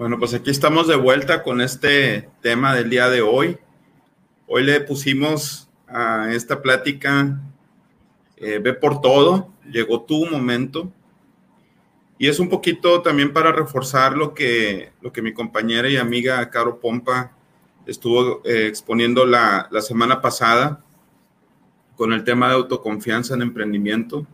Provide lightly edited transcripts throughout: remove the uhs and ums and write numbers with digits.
Bueno, pues aquí estamos de vuelta con este tema del día de hoy. Hoy le pusimos a esta plática Ve por todo, llegó tu momento. Y es un poquito también para reforzar lo que mi compañera y amiga Caro Pompa estuvo exponiendo la semana pasada con el tema de autoconfianza en emprendimiento.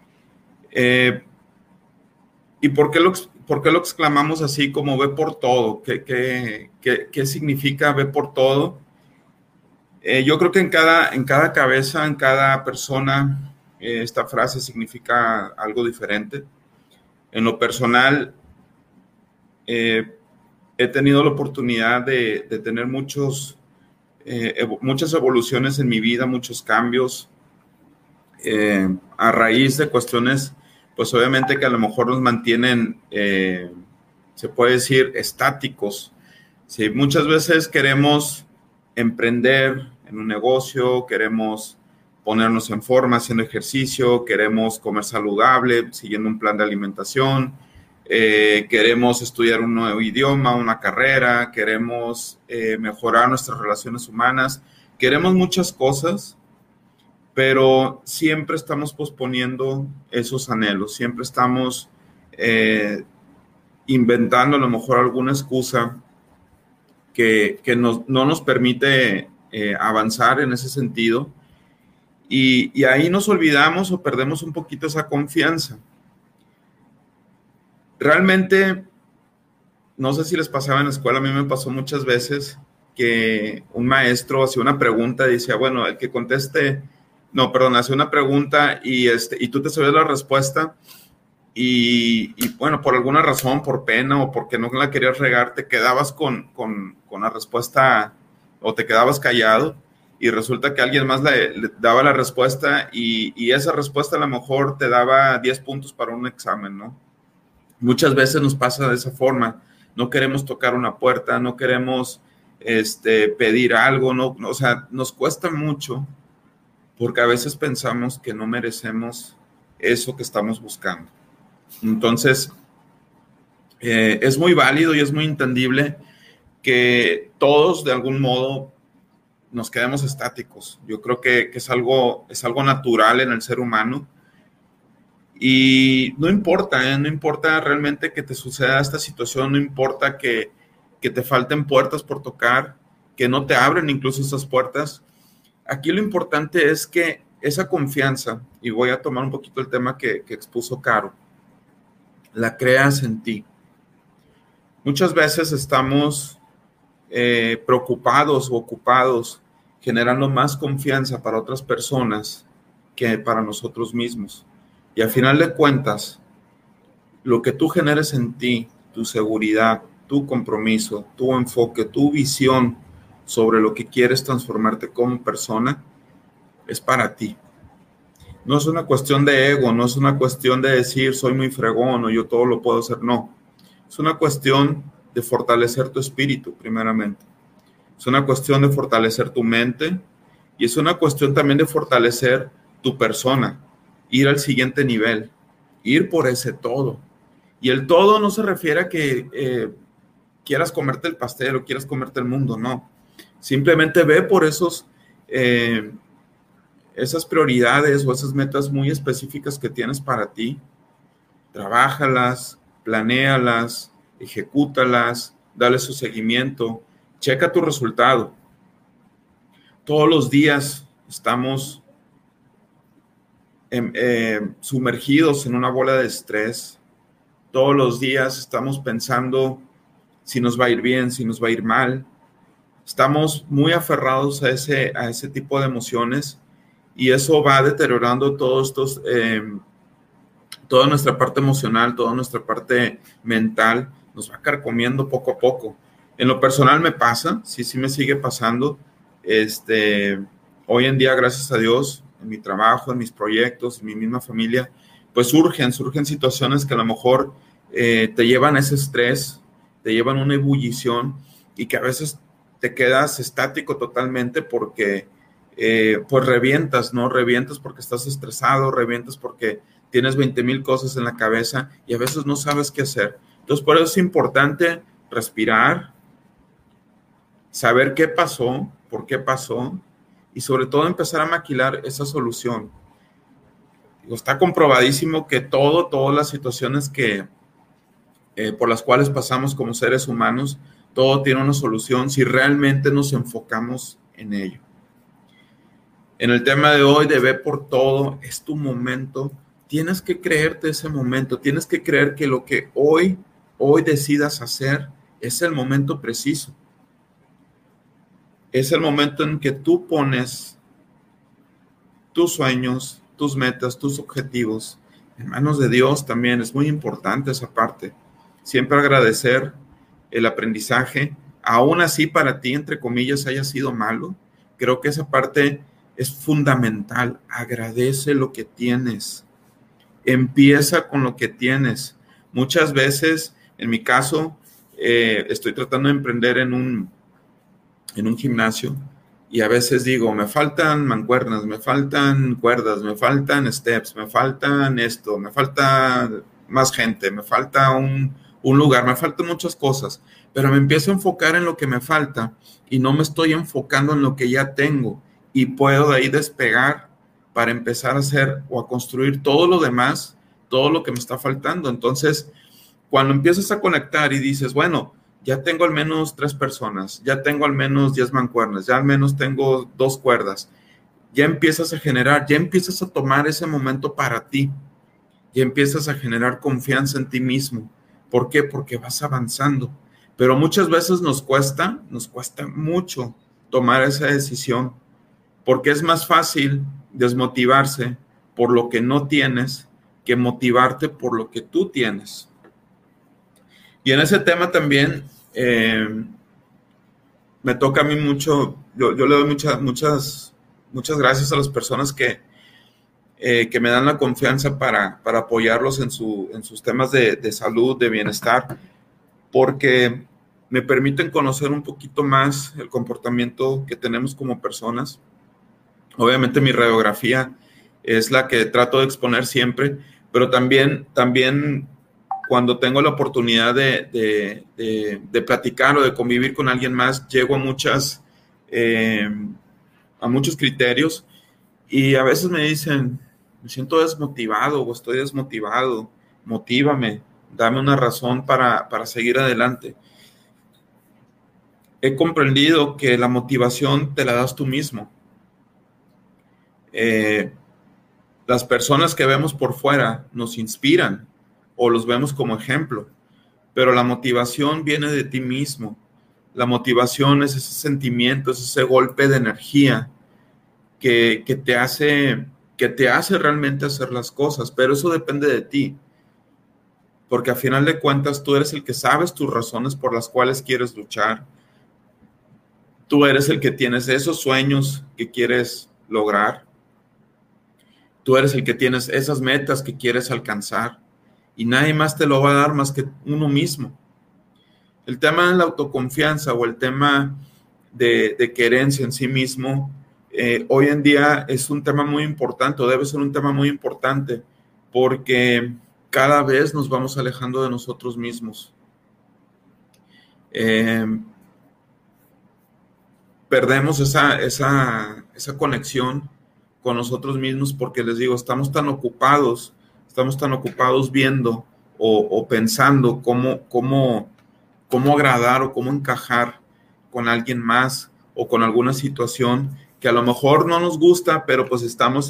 ¿Y por qué lo exclamamos así como ve por todo? ¿Qué significa ve por todo? Yo creo que en cada cabeza, en cada persona, esta frase significa algo diferente. En lo personal, he tenido la oportunidad de tener muchas evoluciones en mi vida, muchos cambios, a raíz de cuestiones, pues obviamente que a lo mejor nos mantienen, se puede decir, estáticos. Sí, muchas veces queremos emprender en un negocio, queremos ponernos en forma haciendo ejercicio, queremos comer saludable, siguiendo un plan de alimentación, queremos estudiar un nuevo idioma, una carrera, queremos mejorar nuestras relaciones humanas, queremos muchas cosas, pero siempre estamos posponiendo esos anhelos, siempre estamos inventando a lo mejor alguna excusa que no nos permite avanzar en ese sentido, y ahí nos olvidamos o perdemos un poquito esa confianza. Realmente, no sé si les pasaba en la escuela, a mí me pasó muchas veces que un maestro hacía una pregunta y decía, bueno, el que conteste, no, perdón, hacía una pregunta y tú te sabías la respuesta y bueno, por alguna razón, por pena o porque no la querías regar, te quedabas con la respuesta o te quedabas callado y resulta que alguien más le daba la respuesta y esa respuesta a lo mejor te daba 10 puntos para un examen, ¿no? Muchas veces nos pasa de esa forma. No queremos tocar una puerta, no queremos pedir algo, o sea, nos cuesta mucho porque a veces pensamos que no merecemos eso que estamos buscando. Entonces, es muy válido y es muy entendible que todos de algún modo nos quedemos estáticos. Yo creo que es algo natural en el ser humano. Y no importa, no importa realmente que te suceda esta situación, no importa que te falten puertas por tocar, que no te abren incluso esas puertas. Aquí lo importante es que esa confianza, y voy a tomar un poquito el tema que expuso Caro, la creas en ti. Muchas veces estamos preocupados o ocupados generando más confianza para otras personas que para nosotros mismos. Y al final de cuentas, lo que tú generes en ti, tu seguridad, tu compromiso, tu enfoque, tu visión sobre lo que quieres transformarte como persona, es para ti. No es una cuestión de ego, no es una cuestión de decir soy muy fregón o yo todo lo puedo hacer, no. Es una cuestión de fortalecer tu espíritu, primeramente. Es una cuestión de fortalecer tu mente y es una cuestión también de fortalecer tu persona, ir al siguiente nivel, ir por ese todo. Y el todo no se refiere a que quieras comerte el pastel o quieras comerte el mundo, no. Simplemente ve por esas prioridades o esas metas muy específicas que tienes para ti, trabájalas, planéalas, ejecútalas, dale su seguimiento, checa tu resultado. Todos los días estamos sumergidos en una bola de estrés. Todos los días estamos pensando si nos va a ir bien, si nos va a ir mal. Estamos muy aferrados a ese tipo de emociones y eso va deteriorando toda nuestra parte emocional, toda nuestra parte mental, nos va carcomiendo poco a poco. En lo personal me pasa, sí me sigue pasando. Hoy en día, gracias a Dios, en mi trabajo, en mis proyectos, en mi misma familia, pues surgen situaciones que a lo mejor te llevan a ese estrés, te llevan a una ebullición y que a veces te quedas estático totalmente porque pues revientas, ¿no? Revientas porque estás estresado, revientas porque tienes 20,000 cosas en la cabeza y a veces no sabes qué hacer. Entonces, por eso es importante respirar, saber qué pasó, por qué pasó, y sobre todo empezar a maquilar esa solución. Está comprobadísimo que todas las situaciones por las cuales pasamos como seres humanos, todo tiene una solución si realmente nos enfocamos en ello. En el tema de hoy, de Ve por Todo, es tu momento. Tienes que creerte ese momento, tienes que creer que lo que hoy decidas hacer es el momento preciso. Es el momento en que tú pones tus sueños, tus metas, tus objetivos en manos de Dios también. Es muy importante esa parte. Siempre agradecer el aprendizaje, aún así para ti, entre comillas, haya sido malo. Creo que esa parte es fundamental. Agradece lo que tienes. Empieza con lo que tienes. Muchas veces, en mi caso, estoy tratando de emprender en un gimnasio y a veces digo, me faltan mancuernas, me faltan cuerdas, me faltan steps, me faltan esto, me falta más gente, me falta un lugar, me faltan muchas cosas, pero me empiezo a enfocar en lo que me falta y no me estoy enfocando en lo que ya tengo y puedo de ahí despegar para empezar a hacer o a construir todo lo demás, todo lo que me está faltando. Entonces, cuando empiezas a conectar y dices, bueno, ya tengo al menos 3 personas, ya tengo al menos 10 mancuernas, ya al menos tengo 2 cuerdas, ya empiezas a generar, ya empiezas a tomar ese momento para ti, ya empiezas a generar confianza en ti mismo. ¿Por qué? Porque vas avanzando. Pero muchas veces nos cuesta mucho tomar esa decisión, porque es más fácil desmotivarse por lo que no tienes que motivarte por lo que tú tienes. Y en ese tema también me toca a mí mucho, yo le doy muchas gracias a las personas que me dan la confianza para apoyarlos en sus temas de salud, de bienestar, porque me permiten conocer un poquito más el comportamiento que tenemos como personas. Obviamente mi radiografía es la que trato de exponer siempre, pero también cuando tengo la oportunidad de platicar o de convivir con alguien más, llego a muchos criterios y a veces me dicen, me siento desmotivado o estoy desmotivado, motívame, dame una razón para seguir adelante. He comprendido que la motivación te la das tú mismo. Las personas que vemos por fuera nos inspiran o los vemos como ejemplo, pero la motivación viene de ti mismo. La motivación es ese sentimiento, es ese golpe de energía que te hace realmente hacer las cosas, pero eso depende de ti, porque a final de cuentas tú eres el que sabes tus razones por las cuales quieres luchar. Tú eres el que tienes esos sueños que quieres lograr. Tú eres el que tienes esas metas que quieres alcanzar. Y nadie más te lo va a dar más que uno mismo. El tema de la autoconfianza o el tema de querencia en sí mismo, hoy en día es un tema muy importante, o debe ser un tema muy importante, porque cada vez nos vamos alejando de nosotros mismos. Perdemos esa conexión con nosotros mismos porque, les digo, estamos tan ocupados viendo o pensando cómo agradar o cómo encajar con alguien más o con alguna situación que a lo mejor no nos gusta, pero pues estamos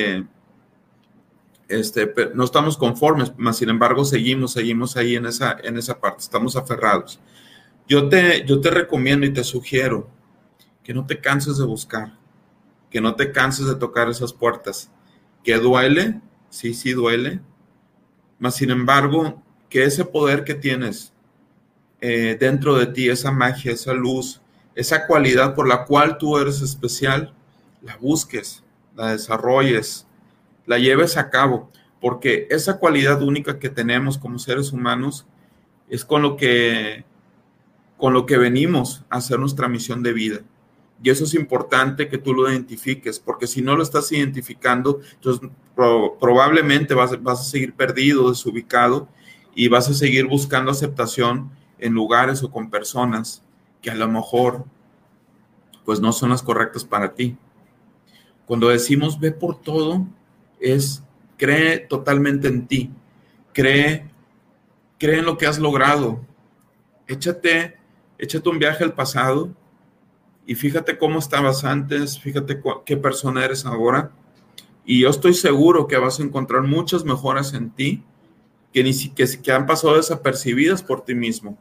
no estamos conformes, mas sin embargo seguimos ahí en esa parte, estamos aferrados. Yo te recomiendo y te sugiero que no te canses de buscar, que no te canses de tocar esas puertas, que duele, sí duele, mas sin embargo, que ese poder que tienes dentro de ti, esa magia, esa luz, esa cualidad por la cual tú eres especial, la busques, la desarrolles, la lleves a cabo, porque esa cualidad única que tenemos como seres humanos es con lo que venimos a hacer nuestra misión de vida. Y eso es importante que tú lo identifiques, porque si no lo estás identificando, entonces probablemente vas a seguir perdido, desubicado, y vas a seguir buscando aceptación en lugares o con personas que a lo mejor pues no son las correctas para ti. Cuando decimos ve por todo, es cree totalmente en ti, cree en lo que has logrado, échate un viaje al pasado y fíjate cómo estabas antes, fíjate qué persona eres ahora, y yo estoy seguro que vas a encontrar muchas mejoras en ti que han pasado desapercibidas por ti mismo,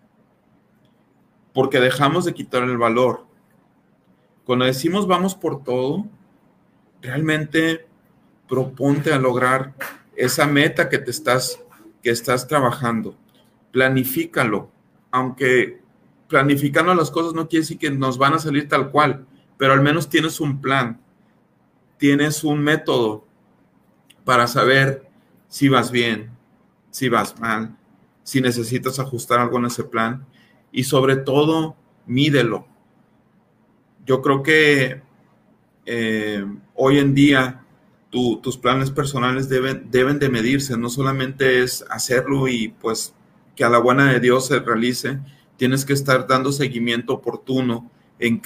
porque dejamos de quitar el valor. Cuando decimos vamos por todo, realmente proponte a lograr esa meta que estás trabajando. Planifícalo, aunque planificando las cosas no quiere decir que nos van a salir tal cual, pero al menos tienes un plan, tienes un método para saber si vas bien, si vas mal, si necesitas ajustar algo en ese plan y sobre todo, mídelo. Yo creo que hoy en día tus planes personales deben de medirse, no solamente es hacerlo y pues que a la buena de Dios se realice, tienes que estar dando seguimiento oportuno en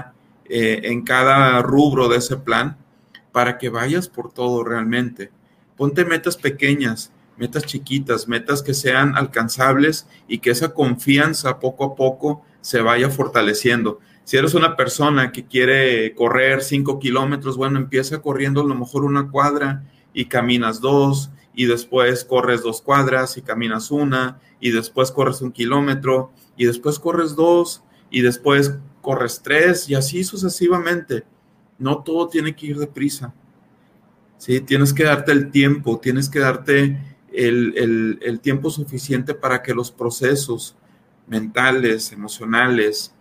cada rubro de ese plan para que vayas por todo realmente. Ponte metas pequeñas, metas chiquitas, metas que sean alcanzables y que esa confianza poco a poco se vaya fortaleciendo. Si eres una persona que quiere correr 5 kilómetros, bueno, empieza corriendo a lo mejor 1 cuadra y caminas 2, y después corres 2 cuadras y caminas 1, y después corres 1 kilómetro, y después corres 2, y después corres 3, y así sucesivamente. No todo tiene que ir deprisa. ¿Sí? Tienes que darte el tiempo, tienes que darte el tiempo suficiente para que los procesos mentales, emocionales,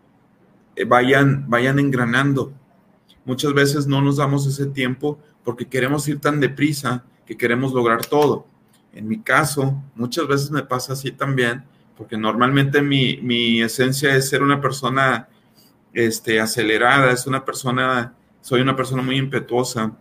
vayan engranando. Muchas veces no nos damos ese tiempo porque queremos ir tan deprisa que queremos lograr todo. En mi caso, muchas veces me pasa así también, porque normalmente mi esencia es ser una persona acelerada, soy una persona muy impetuosa.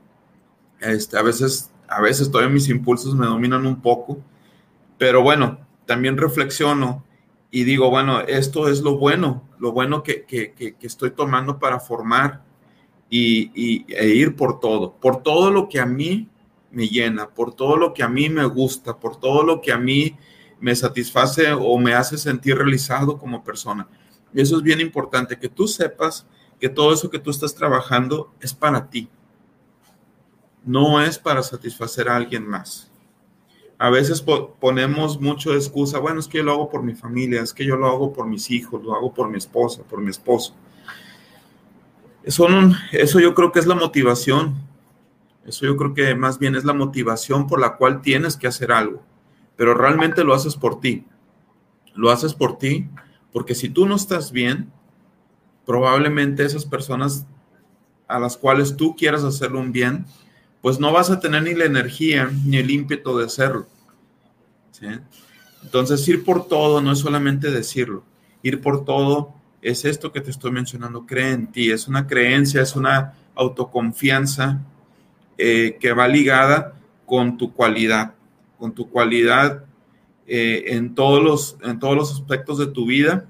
A veces todavía mis impulsos me dominan un poco, pero bueno, también reflexiono y digo, bueno, esto es lo bueno que estoy tomando para formar e ir por todo lo que a mí me llena, por todo lo que a mí me gusta, por todo lo que a mí me satisface o me hace sentir realizado como persona. Y eso es bien importante, que tú sepas que todo eso que tú estás trabajando es para ti, no es para satisfacer a alguien más. A veces ponemos mucho de excusa, bueno, es que yo lo hago por mi familia, es que yo lo hago por mis hijos, lo hago por mi esposa, por mi esposo. Eso yo creo que es la motivación. Eso yo creo que más bien es la motivación por la cual tienes que hacer algo. Pero realmente lo haces por ti. Lo haces por ti porque si tú no estás bien, probablemente esas personas a las cuales tú quieras hacerle un bien, pues no vas a tener ni la energía ni el ímpetu de hacerlo. ¿Sí? Entonces, ir por todo no es solamente decirlo. Ir por todo es esto que te estoy mencionando. Cree en ti. Es una creencia, es una autoconfianza que va ligada con tu cualidad. Con tu cualidad en todos los aspectos de tu vida.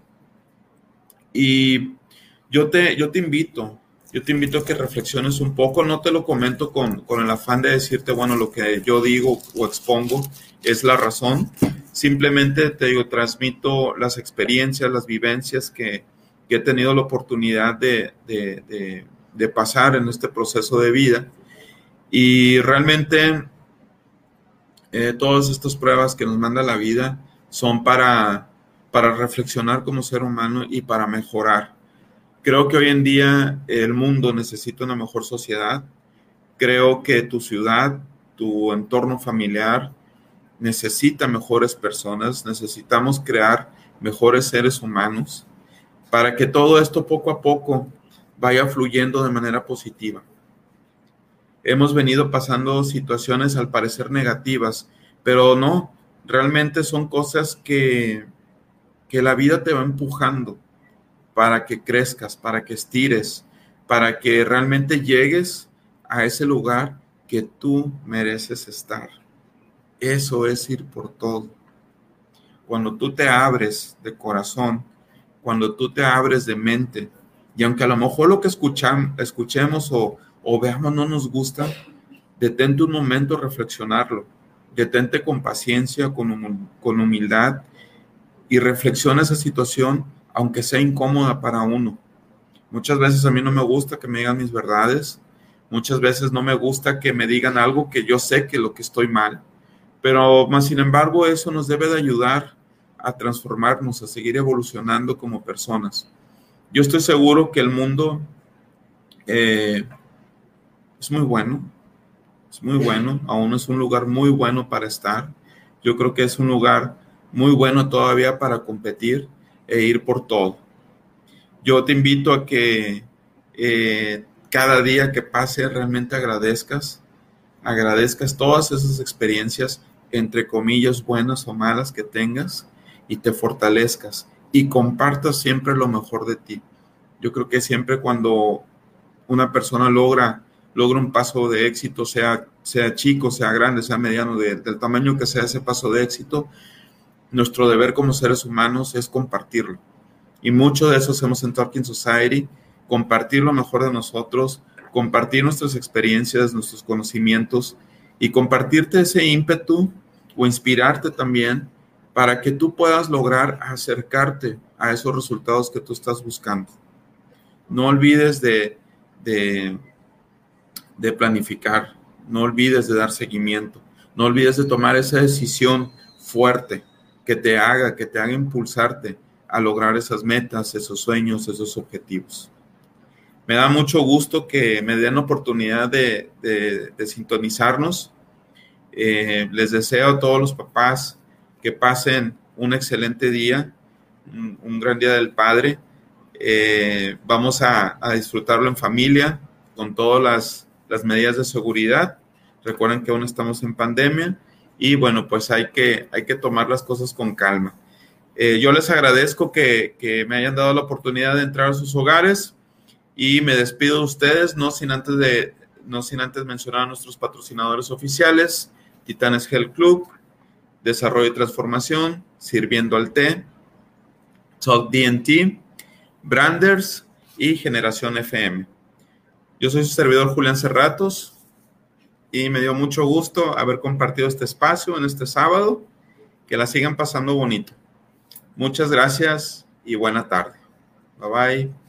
Y yo te invito a que reflexiones un poco. No te lo comento con el afán de decirte, bueno, lo que yo digo o expongo es la razón. Simplemente te digo, transmito las experiencias, las vivencias que he tenido la oportunidad de pasar en este proceso de vida. Y realmente todas estas pruebas que nos manda la vida son para reflexionar como ser humano y para mejorar. Creo que hoy en día el mundo necesita una mejor sociedad. Creo que tu ciudad, tu entorno familiar necesita mejores personas. Necesitamos crear mejores seres humanos para que todo esto poco a poco vaya fluyendo de manera positiva. Hemos venido pasando situaciones al parecer negativas, pero no, realmente son cosas que la vida te va empujando para que crezcas, para que estires, para que realmente llegues a ese lugar que tú mereces estar. Eso es ir por todo. cuando tú te abres de corazón, cuando tú te abres de mente, y aunque a lo mejor lo que escuchemos o veamos no nos gusta, detente un momento a reflexionarlo, detente con paciencia, con humildad, y reflexiona esa situación, aunque sea incómoda para uno. Muchas veces a mí no me gusta que me digan mis verdades, muchas veces no me gusta que me digan algo que yo sé que lo que estoy mal, pero más sin embargo eso nos debe de ayudar a transformarnos, a seguir evolucionando como personas. Yo estoy seguro que el mundo eh, es muy bueno, aún es un lugar muy bueno para estar. Yo creo que es un lugar muy bueno todavía para competir e ir por todo. Yo te invito a que cada día que pase realmente agradezcas todas esas experiencias, entre comillas, buenas o malas que tengas, y te fortalezcas y compartas siempre lo mejor de ti. Yo creo que siempre cuando una persona logra un paso de éxito, sea chico, sea grande, sea mediano, del tamaño que sea ese paso de éxito, nuestro deber como seres humanos es compartirlo. Y mucho de eso hacemos en Talking Society, compartir lo mejor de nosotros, compartir nuestras experiencias, nuestros conocimientos y compartirte ese ímpetu o inspirarte también para que tú puedas lograr acercarte a esos resultados que tú estás buscando. No olvides de, de planificar, no olvides de dar seguimiento, no olvides de tomar esa decisión fuerte que te haga impulsarte a lograr esas metas, esos sueños, esos objetivos. Me da mucho gusto que me den la oportunidad de sintonizarnos. Les deseo a todos los papás que pasen un excelente día, un gran día del padre. Vamos a disfrutarlo en familia, con todas las medidas de seguridad. Recuerden que aún estamos en pandemia y bueno, pues hay que tomar las cosas con calma. Yo les agradezco que me hayan dado la oportunidad de entrar a sus hogares y me despido de ustedes, no sin antes mencionar a nuestros patrocinadores oficiales: Titanes Health Club, Desarrollo y Transformación, Sirviendo al Té, Talk DNT, Branders y Generación FM. Yo soy su servidor Julián Cerratos y me dio mucho gusto haber compartido este espacio en este sábado. Que la sigan pasando bonito. Muchas gracias y buena tarde. Bye bye.